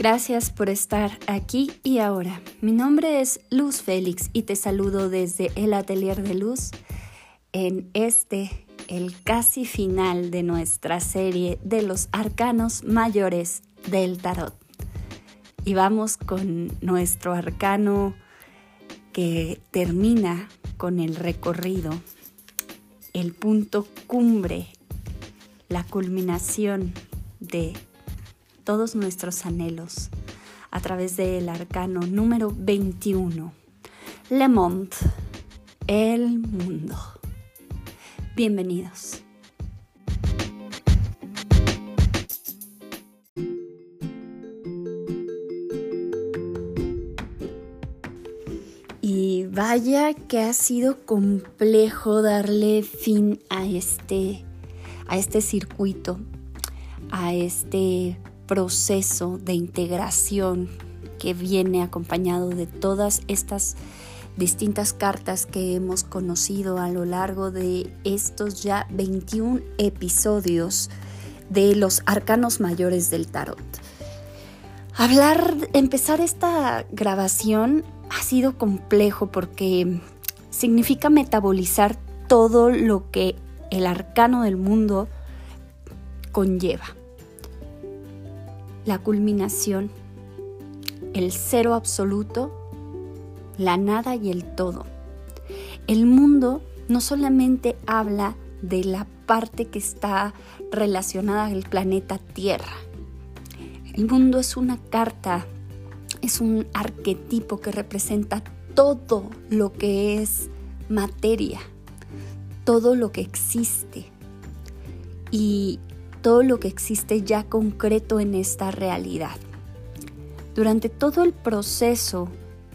Gracias por estar aquí y ahora. Mi nombre es Luz Félix y te saludo desde el Atelier de Luz en el casi final de nuestra serie de los arcanos mayores del tarot. Y vamos con nuestro arcano que termina con el recorrido, el punto cumbre, la culminación de todos nuestros anhelos a través del arcano número 21, Le Monde, el mundo. Bienvenidos. Y vaya que ha sido complejo darle fin a este circuito, a este proceso de integración que viene acompañado de todas estas distintas cartas que hemos conocido a lo largo de estos ya 21 episodios de los arcanos mayores del tarot. Empezar esta grabación ha sido complejo porque significa metabolizar todo lo que el arcano del mundo conlleva. La culminación, el cero absoluto, la nada y el todo. El mundo no solamente habla de la parte que está relacionada al planeta Tierra. El mundo es una carta, es un arquetipo que representa todo lo que es materia, todo lo que existe y todo lo que existe ya concreto en esta realidad. Durante todo el proceso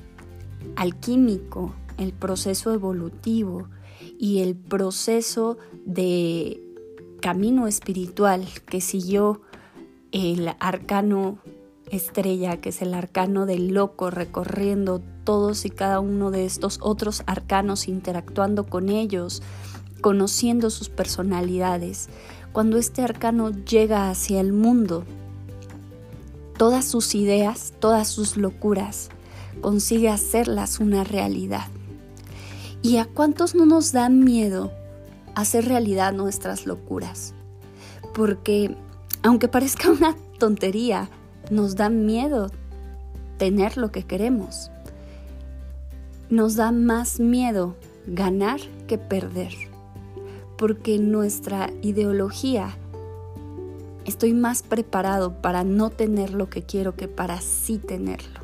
alquímico, el proceso evolutivo y el proceso de camino espiritual que siguió el arcano estrella, que es el arcano del loco, recorriendo todos y cada uno de estos otros arcanos, interactuando con ellos, conociendo sus personalidades. Cuando este arcano llega hacia el mundo, todas sus ideas, todas sus locuras, consigue hacerlas una realidad. ¿Y a cuántos no nos da miedo hacer realidad nuestras locuras? Porque, aunque parezca una tontería, nos da miedo tener lo que queremos. Nos da más miedo ganar que perder. Porque nuestra ideología, estoy más preparado para no tener lo que quiero que para sí tenerlo.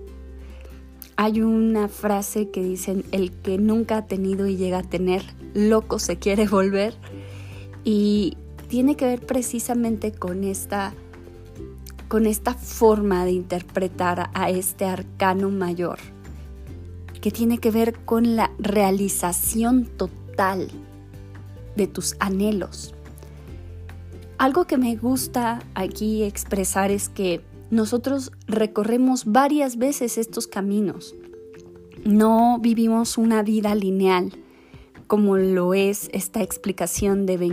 Hay una frase que dicen, el que nunca ha tenido y llega a tener, loco se quiere volver. Y tiene que ver precisamente con esta forma de interpretar a este arcano mayor, que tiene que ver con la realización total de tus anhelos. Algo que me gusta aquí expresar es que nosotros recorremos varias veces estos caminos. No vivimos una vida lineal como lo es esta explicación de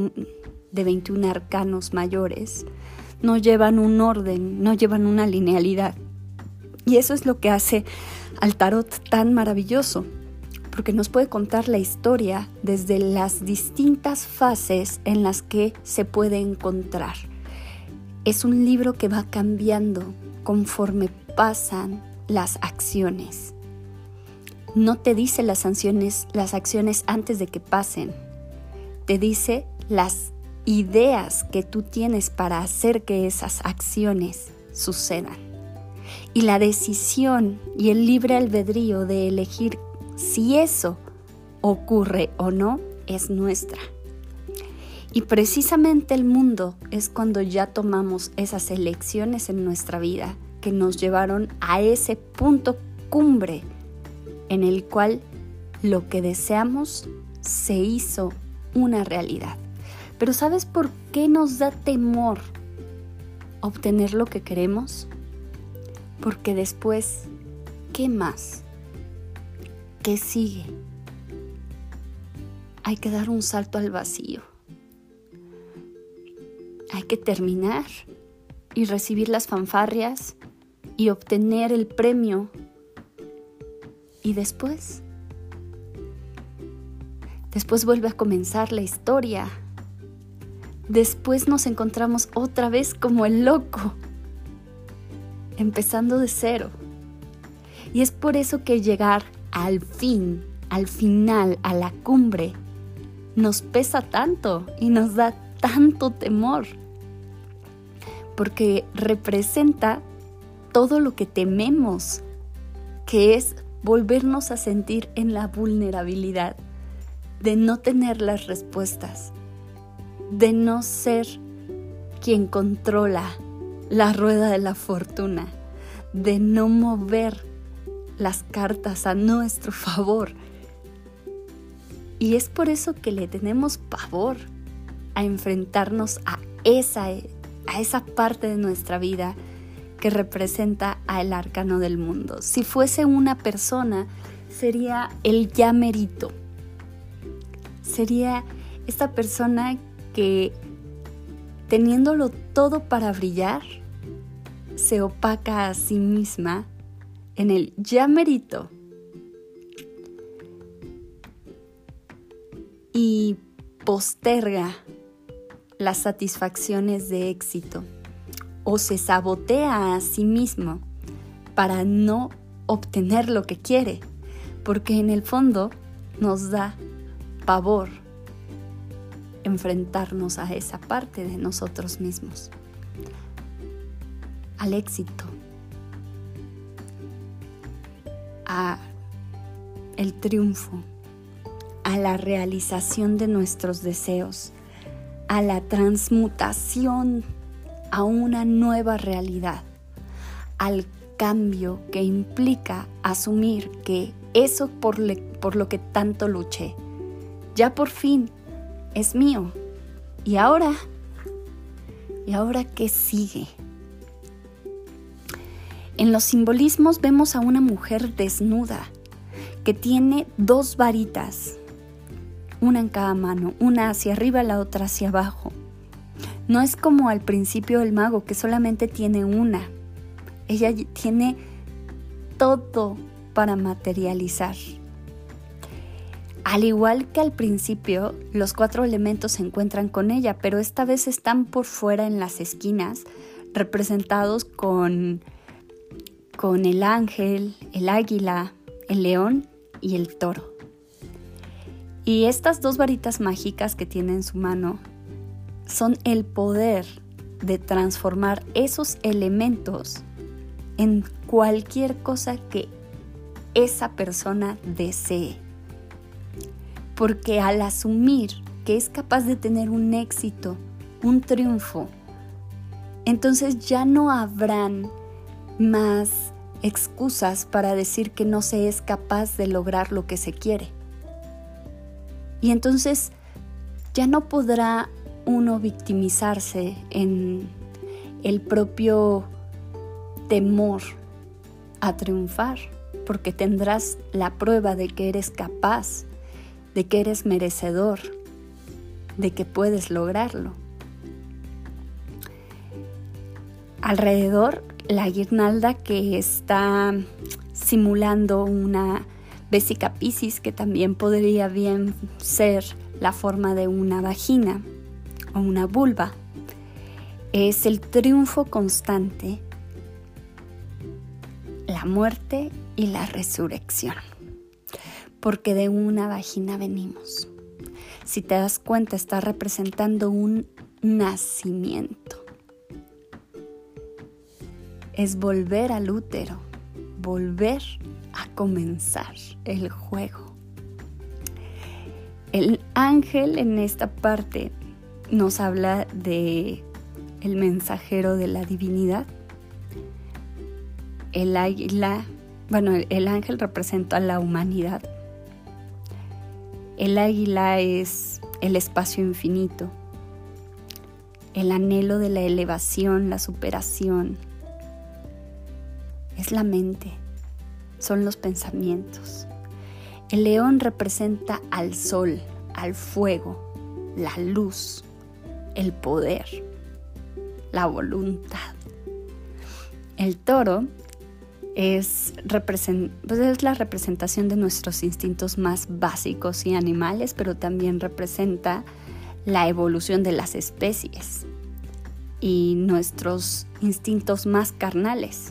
21 arcanos mayores. No llevan un orden, no llevan una linealidad. Y eso es lo que hace al tarot tan maravilloso, porque nos puede contar la historia desde las distintas fases en las que se puede encontrar. Es un libro que va cambiando conforme pasan las acciones. No te dice las acciones antes de que pasen. Te dice las ideas que tú tienes para hacer que esas acciones sucedan. Y la decisión y el libre albedrío de elegir si eso ocurre o no es nuestra. Y precisamente el mundo es cuando ya tomamos esas elecciones en nuestra vida que nos llevaron a ese punto cumbre en el cual lo que deseamos se hizo una realidad. Pero ¿sabes por qué nos da temor obtener lo que queremos? Porque después, ¿qué más? ¿Qué sigue? Hay que dar un salto al vacío. Hay que terminar y recibir las fanfarrias y obtener el premio. Y después vuelve a comenzar la historia. Después nos encontramos otra vez como el loco, empezando de cero. Y es por eso que llegar al final, a la cumbre, nos pesa tanto y nos da tanto temor. Porque representa todo lo que tememos, que es volvernos a sentir en la vulnerabilidad de no tener las respuestas, de no ser quien controla la rueda de la fortuna, de no mover las cartas a nuestro favor. Y es por eso que le tenemos pavor a enfrentarnos a esa parte de nuestra vida que representa al arcano del mundo. Si fuese una persona, sería el ya merito. Sería esta persona que, teniéndolo todo para brillar, se opaca a sí misma en el ya merito y posterga las satisfacciones de éxito o se sabotea a sí mismo para no obtener lo que quiere, porque en el fondo nos da pavor enfrentarnos a esa parte de nosotros mismos, al éxito, a el triunfo, a la realización de nuestros deseos, a la transmutación a una nueva realidad, al cambio que implica asumir que eso por lo que tanto luché, ya por fin es mío. ¿Y ahora qué sigue? En los simbolismos vemos a una mujer desnuda que tiene 2 varitas, una en cada mano, una hacia arriba, la otra hacia abajo. No es como al principio del mago, que solamente tiene una. Ella tiene todo para materializar. Al igual que al principio, los 4 elementos se encuentran con ella, pero esta vez están por fuera en las esquinas, representados con el ángel, el águila, el león y el toro. Y estas 2 varitas mágicas que tiene en su mano son el poder de transformar esos elementos en cualquier cosa que esa persona desee. Porque al asumir que es capaz de tener un éxito, un triunfo, entonces ya no habrán más excusas para decir que no se es capaz de lograr lo que se quiere. Y entonces ya no podrá uno victimizarse en el propio temor a triunfar, porque tendrás la prueba de que eres capaz, de que eres merecedor, de que puedes lograrlo. Alrededor, la guirnalda que está simulando una Vesica Piscis, que también podría bien ser la forma de una vagina o una vulva, es el triunfo constante, la muerte y la resurrección, porque de una vagina venimos. Si te das cuenta, está representando un nacimiento. Es volver al útero, volver a comenzar el juego. El ángel en esta parte nos habla de el mensajero de la divinidad. El águila, el ángel representa a la humanidad. El águila es el espacio infinito, el anhelo de la elevación, la superación. Es la mente, son los pensamientos. El león representa al sol, al fuego, la luz, el poder, la voluntad. El toro es la representación de nuestros instintos más básicos y animales, pero también representa la evolución de las especies y nuestros instintos más carnales.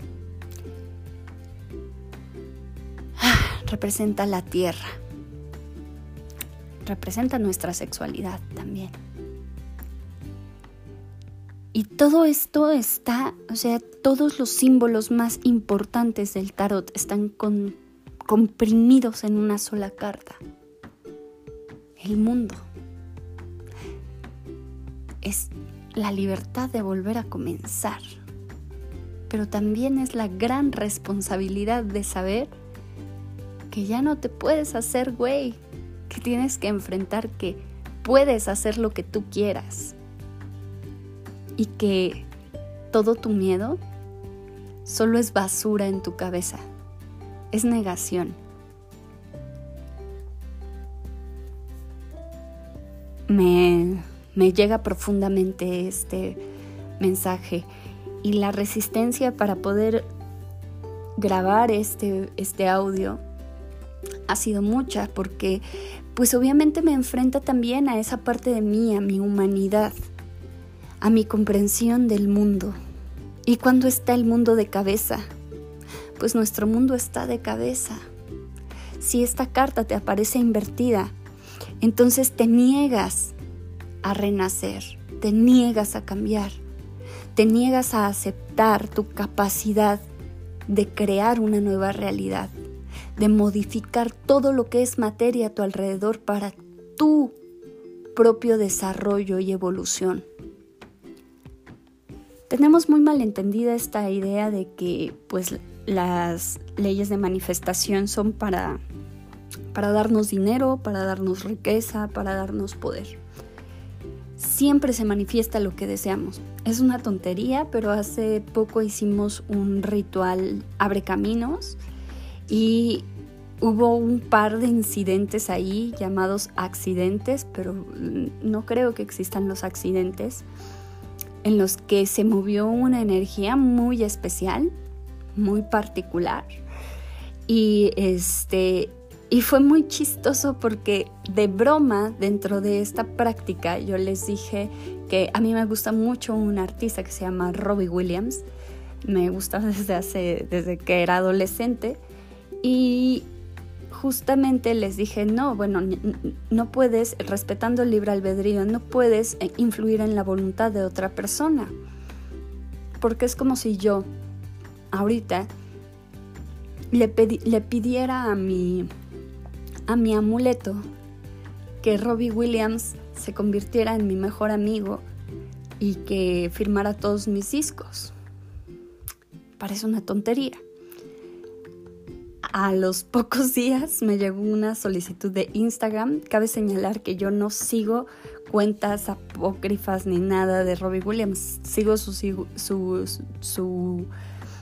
Representa la tierra, representa nuestra sexualidad también. Y todo esto todos los símbolos más importantes del tarot están comprimidos en una sola carta. El mundo es la libertad de volver a comenzar, pero también es la gran responsabilidad de saber que ya no te puedes hacer güey, que tienes que enfrentar que puedes hacer lo que tú quieras y que todo tu miedo solo es basura en tu cabeza, es negación. Me llega profundamente este mensaje y la resistencia para poder grabar este audio ha sido mucha, porque pues obviamente me enfrenta también a esa parte de mí, a mi humanidad, a mi comprensión del mundo. ¿Y cuándo está el mundo de cabeza? Pues nuestro mundo está de cabeza. Si esta carta te aparece invertida, entonces te niegas a renacer, te niegas a cambiar, te niegas a aceptar tu capacidad de crear una nueva realidad, de modificar todo lo que es materia a tu alrededor para tu propio desarrollo y evolución. Tenemos muy mal entendida esta idea de que pues las leyes de manifestación son para darnos dinero, para darnos riqueza, para darnos poder. Siempre se manifiesta lo que deseamos. Es una tontería, pero hace poco hicimos un ritual abre caminos y hubo un par de incidentes ahí llamados accidentes, pero no creo que existan los accidentes, en los que se movió una energía muy especial, muy particular. Y fue muy chistoso porque de broma dentro de esta práctica yo les dije que a mí me gusta mucho un artista que se llama Robbie Williams. Me gusta desde que era adolescente y justamente les dije, no puedes, respetando el libre albedrío, no puedes influir en la voluntad de otra persona, porque es como si yo ahorita le pidiera a mi amuleto que Robbie Williams se convirtiera en mi mejor amigo y que firmara todos mis discos. Parece una tontería. A los pocos días me llegó una solicitud de Instagram. Cabe señalar que yo no sigo cuentas apócrifas ni nada de Robbie Williams. Sigo su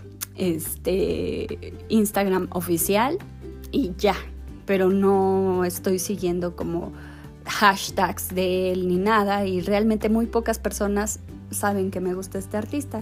Instagram oficial y ya. Pero no estoy siguiendo como hashtags de él ni nada. Y realmente muy pocas personas saben que me gusta este artista.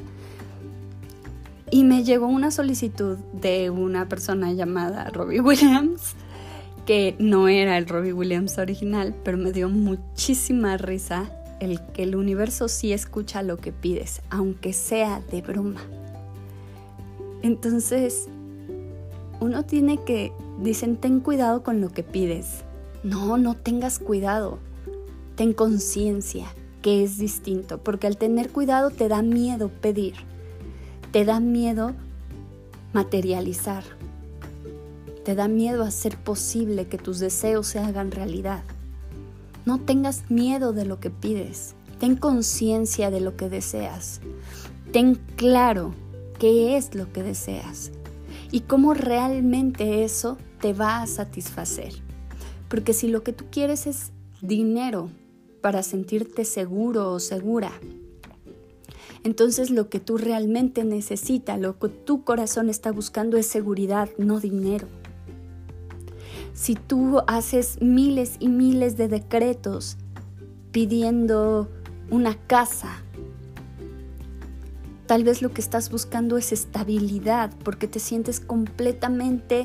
Y me llegó una solicitud de una persona llamada Robbie Williams, que no era el Robbie Williams original, pero me dio muchísima risa el que el universo sí escucha lo que pides, aunque sea de broma. Entonces, uno tiene que, dicen, ten cuidado con lo que pides. No tengas cuidado, ten conciencia, que es distinto, porque al tener cuidado te da miedo pedir. Te da miedo materializar. Te da miedo hacer posible que tus deseos se hagan realidad. No tengas miedo de lo que pides. Ten conciencia de lo que deseas. Ten claro qué es lo que deseas y cómo realmente eso te va a satisfacer. Porque si lo que tú quieres es dinero para sentirte seguro o segura, entonces lo que tú realmente necesitas, lo que tu corazón está buscando es seguridad, no dinero. Si tú haces miles y miles de decretos pidiendo una casa, Tal vez lo que estás buscando es estabilidad porque te sientes completamente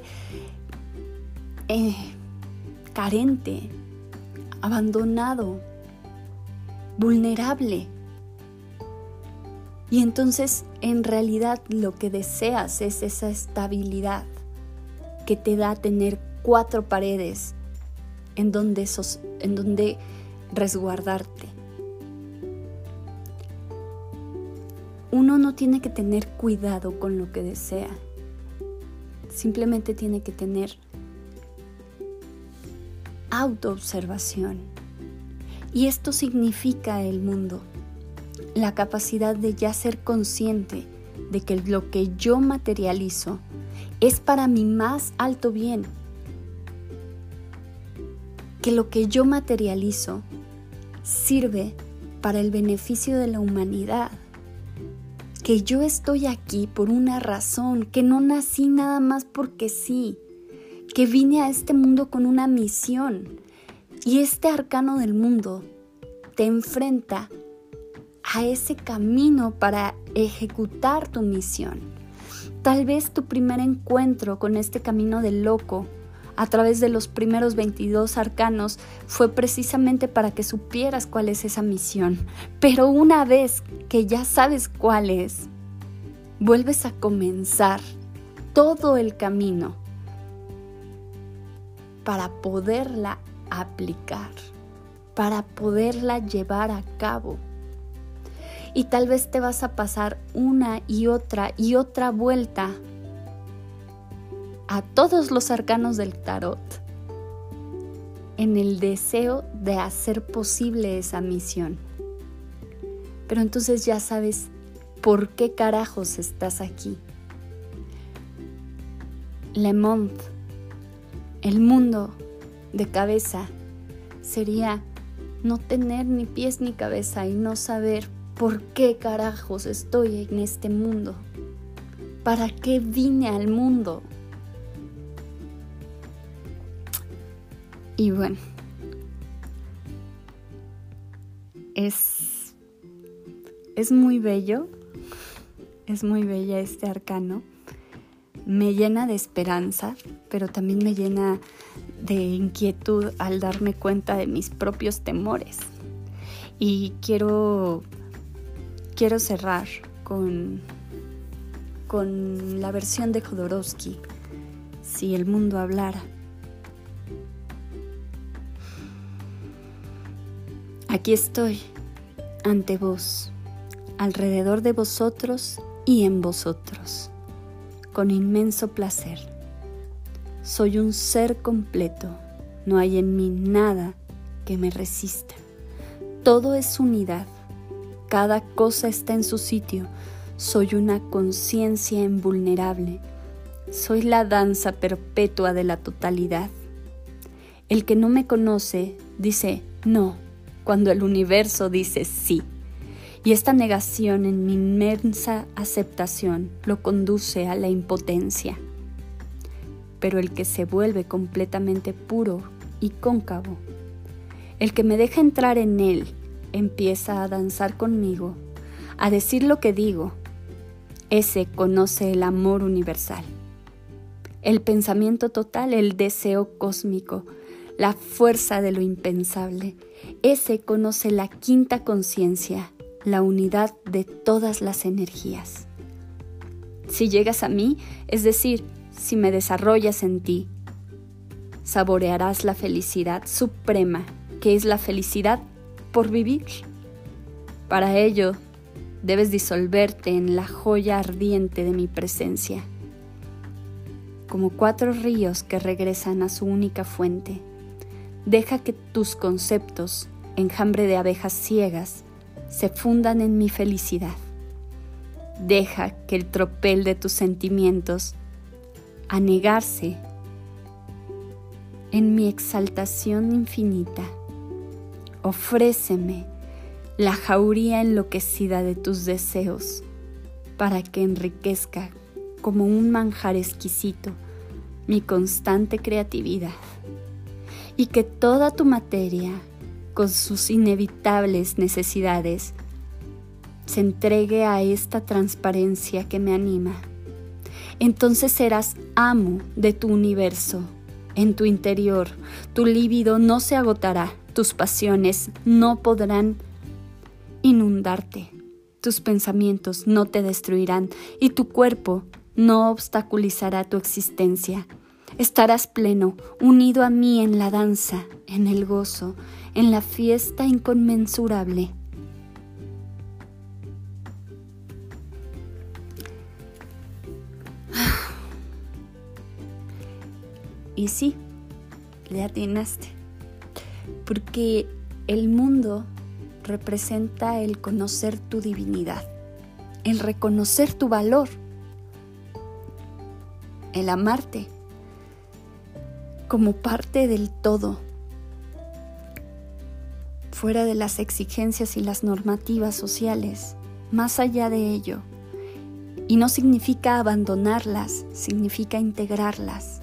carente, abandonado, vulnerable. Y entonces en realidad lo que deseas es esa estabilidad que te da tener 4 paredes en donde resguardarte. Uno no tiene que tener cuidado con lo que desea, simplemente tiene que tener autoobservación. Y esto significa el mundo, la capacidad de ya ser consciente de que lo que yo materializo es para mi más alto bien, que lo que yo materializo sirve para el beneficio de la humanidad, que yo estoy aquí por una razón, que no nací nada más porque sí, que vine a este mundo con una misión. Y este arcano del mundo te enfrenta a ese camino para ejecutar tu misión. Tal vez tu primer encuentro con este camino del loco a través de los primeros 22 arcanos fue precisamente para que supieras cuál es esa misión. Pero una vez que ya sabes cuál es, vuelves a comenzar todo el camino para poderla aplicar, para poderla llevar a cabo. Y tal vez te vas a pasar una y otra vuelta a todos los arcanos del tarot en el deseo de hacer posible esa misión. Pero entonces ya sabes por qué carajos estás aquí. Le Monde, el mundo de cabeza, sería no tener ni pies ni cabeza y no saber por qué carajos estoy en este mundo. ¿Para qué vine al mundo? Y bueno, es muy bello, es muy bella este arcano. Me llena de esperanza, pero también me llena de inquietud al darme cuenta de mis propios temores. Y quiero cerrar con la versión de Jodorowsky, Si el mundo hablara. Aquí estoy, ante vos, alrededor de vosotros y en vosotros, con inmenso placer. Soy un ser completo, no hay en mí nada que me resista. Todo es unidad, cada cosa está en su sitio. Soy una conciencia invulnerable. Soy la danza perpetua de la totalidad. El que no me conoce dice no, cuando el universo dice sí. Y esta negación en mi inmensa aceptación lo conduce a la impotencia. Pero el que se vuelve completamente puro y cóncavo, el que me deja entrar en él, empieza a danzar conmigo, a decir lo que digo. Ese conoce el amor universal, el pensamiento total, el deseo cósmico, la fuerza de lo impensable. Ese conoce la quinta conciencia, la unidad de todas las energías. Si llegas a mí, es decir, si me desarrollas en ti, saborearás la felicidad suprema, que es la felicidad por vivir. Para ello, debes disolverte en la joya ardiente de mi presencia, como 4 ríos que regresan a su única fuente. Deja que tus conceptos, enjambre de abejas ciegas, se fundan en mi felicidad. Deja que el tropel de tus sentimientos anegarse en mi exaltación infinita. Ofréceme la jauría enloquecida de tus deseos para que enriquezca como un manjar exquisito mi constante creatividad, y que toda tu materia, con sus inevitables necesidades, se entregue a esta transparencia que me anima, entonces serás amo de tu universo. En tu interior, tu líbido no se agotará, tus pasiones no podrán inundarte, tus pensamientos no te destruirán y tu cuerpo no obstaculizará tu existencia. Estarás pleno, unido a mí en la danza, en el gozo, en la fiesta inconmensurable. Y sí, le atinaste, porque el mundo representa el conocer tu divinidad, el reconocer tu valor, el amarte como parte del todo, fuera de las exigencias y las normativas sociales, más allá de ello. Y no significa abandonarlas, significa integrarlas.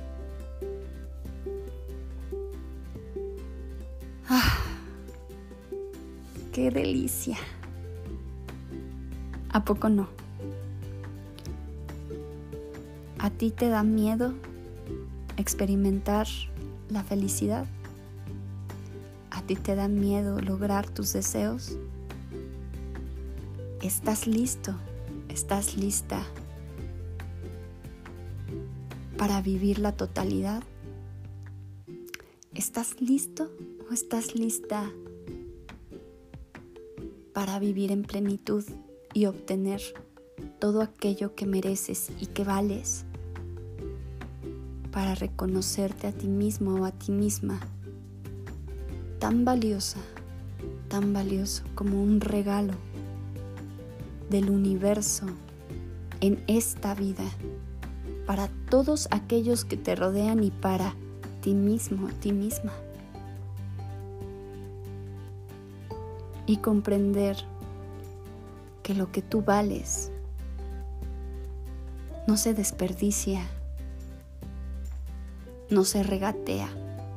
¡Qué delicia! ¿A poco no? ¿A ti te da miedo experimentar la felicidad? ¿A ti te da miedo lograr tus deseos? ¿Estás listo? ¿Estás lista para vivir la totalidad? ¿Estás listo o estás lista para vivir en plenitud y obtener todo aquello que mereces y que vales? Para reconocerte a ti mismo o a ti misma tan valiosa, tan valioso como un regalo del universo en esta vida, para todos aquellos que te rodean y para ti mismo, ti misma. Y comprender que lo que tú vales no se desperdicia, no se regatea,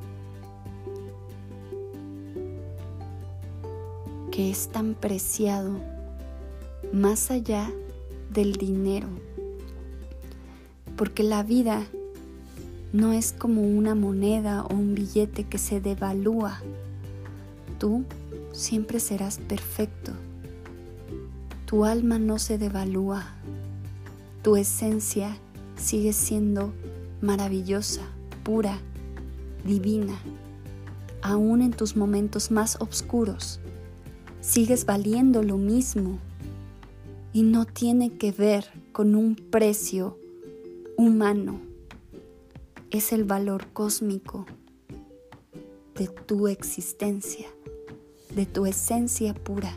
que es tan preciado más allá del dinero, porque la vida no es como una moneda o un billete que se devalúa. Tú siempre serás perfecto. Tu alma no se devalúa. Tu esencia sigue siendo maravillosa, pura, divina. Aún en tus momentos más oscuros, sigues valiendo lo mismo y no tiene que ver con un precio humano. Es el valor cósmico de tu existencia, de tu esencia pura.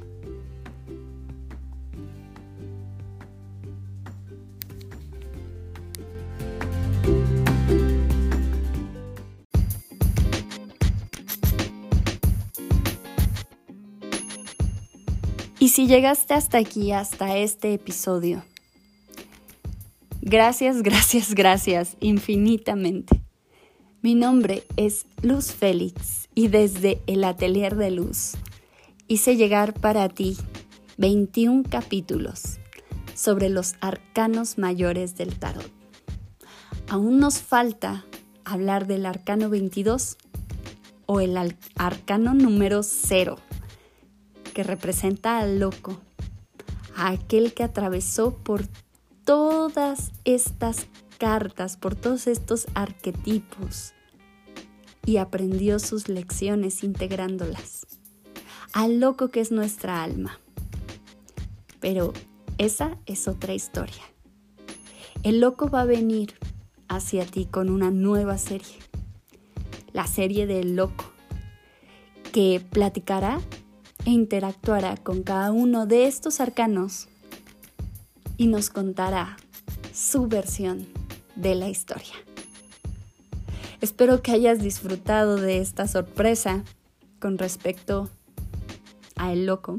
Y si llegaste hasta aquí, hasta este episodio, gracias, gracias, gracias infinitamente. Mi nombre es Luz Félix y desde el Atelier de Luz hice llegar para ti 21 capítulos sobre los arcanos mayores del tarot. Aún nos falta hablar del arcano 22 o el arcano número 0, que representa al loco, a aquel que atravesó por todas estas cartas, por todos estos arquetipos y aprendió sus lecciones integrándolas, al loco que es nuestra alma. Pero esa es otra historia. El loco va a venir hacia ti con una nueva serie, la serie del loco, que platicará e interactuará con cada uno de estos arcanos y nos contará su versión de la historia. Espero que hayas disfrutado de esta sorpresa con respecto a el loco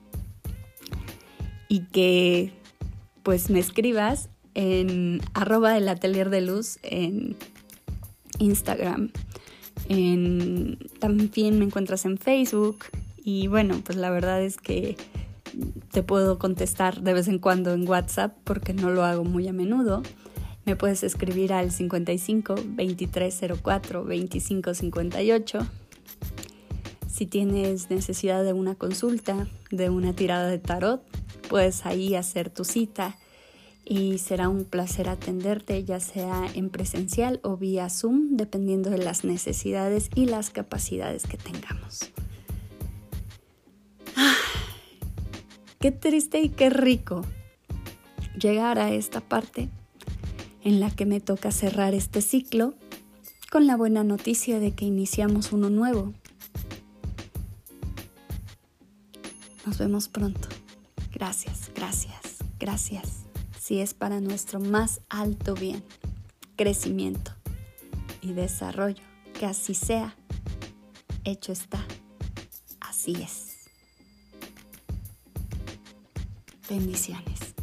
y que pues me escribas en @elatelier_de_luz en Instagram. También me encuentras en Facebook. Y bueno, pues la verdad es que te puedo contestar de vez en cuando en WhatsApp porque no lo hago muy a menudo. Me puedes escribir al 55 2304 25 58. Si tienes necesidad de una consulta, de una tirada de tarot, puedes ahí hacer tu cita y será un placer atenderte, ya sea en presencial o vía Zoom, dependiendo de las necesidades y las capacidades que tengamos. Qué triste y qué rico llegar a esta parte en la que me toca cerrar este ciclo con la buena noticia de que iniciamos uno nuevo. Nos vemos pronto. Gracias, gracias, gracias. Si es para nuestro más alto bien, crecimiento y desarrollo, que así sea. Hecho está. Así es. Bendiciones.